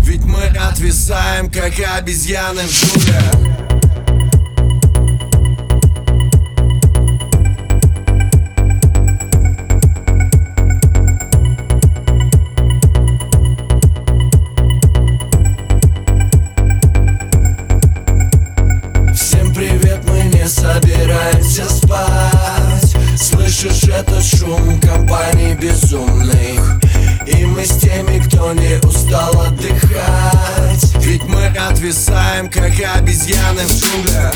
Ведь мы отвисаем, как обезьяны в джунглях. Собираемся спать. Слышишь этот шум компаний безумных, и мы с теми, кто не устал отдыхать. Ведь мы отвисаем, как обезьяны в джунглях.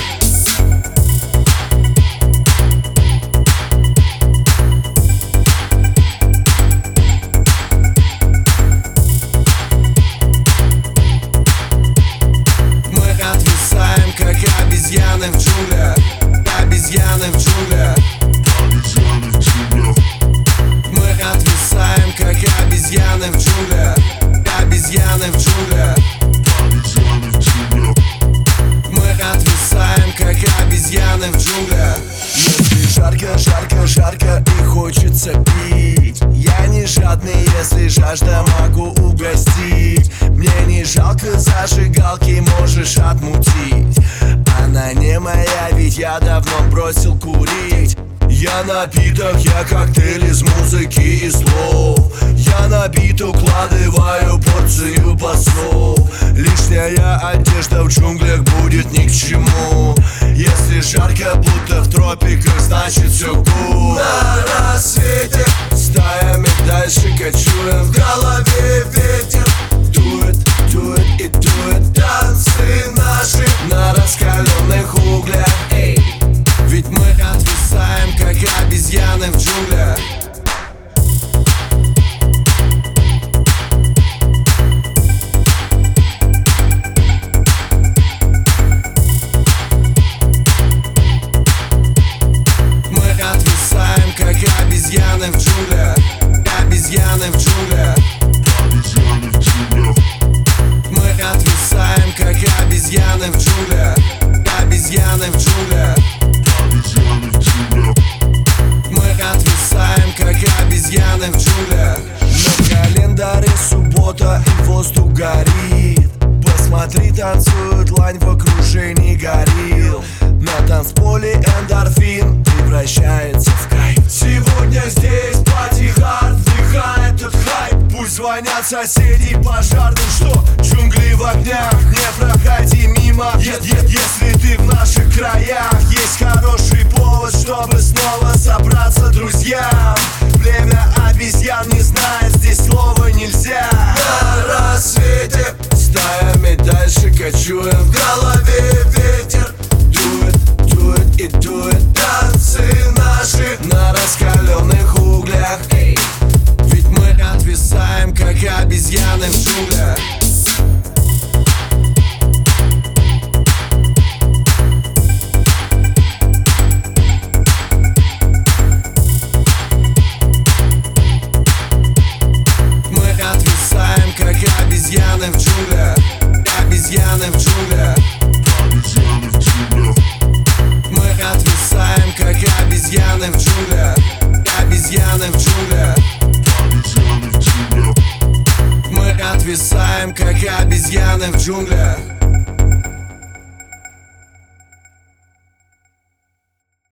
Мы отвисаем, как обезьяны в джунглях. Обезьяны в джунглях. Мы отвисаем, как обезьяны в джунглях. Обезьяны в джунглях. Мы отвисаем, как обезьяны в джунглях. Если жарко, жарко, жарко и хочется пить, я не жадный, если жажда, могу угостить. Мне не жалко зажигалки, можешь отмутить. Она не моя, ведь я давно бросил курить. Я напиток, я коктейль из музыки и слов. Я набит, укладываю порцию басов. Лишняя одежда в джунглях будет ни к чему. Если жарко, будто в тропиках, значит все гуд. На рассвете стаями дальше кочуем. В голове ветер дует, дует и дует. Танцы наши на раскаленных углях. Ведь мы отвисаем, как обезьяны в джунглях. Мы отвисаем, как обезьяны в джунглях. Обезьяны в джунглях. Мы отвисаем, как обезьяны в джунглях. Обезьяны в джунглях. Мы отвисаем, как обезьяны в джунглях. На календаре суббота и воздух горит. Посмотри, танцует лань в окружении горилл. На танцполе эндорфин превращается в кайф. Сегодня здесь пати-хард, вдыхай этот хайп. Пусть звонят соседи пожарным, что джунгли в огнях. Не проходи мимо, если ты в наших краях. Есть хороший повод, чтобы снова собраться друзьям. Племя обезьян не знает здесь слова нельзя. На рассвете стаями дальше кочуем. В голове ветер дует, дует и дует. Танцы наши на раскаленных углях. Ведь мы отвисаем, как обезьяны в джунглях. Мы отвисаем, как обезьяны в джунглях. Обезьяны в джунглях. Мы отвисаем, как обезьяны в джунглях. Обезьяны в джунглях. Мы отвисаем, как обезьяны в джунглях.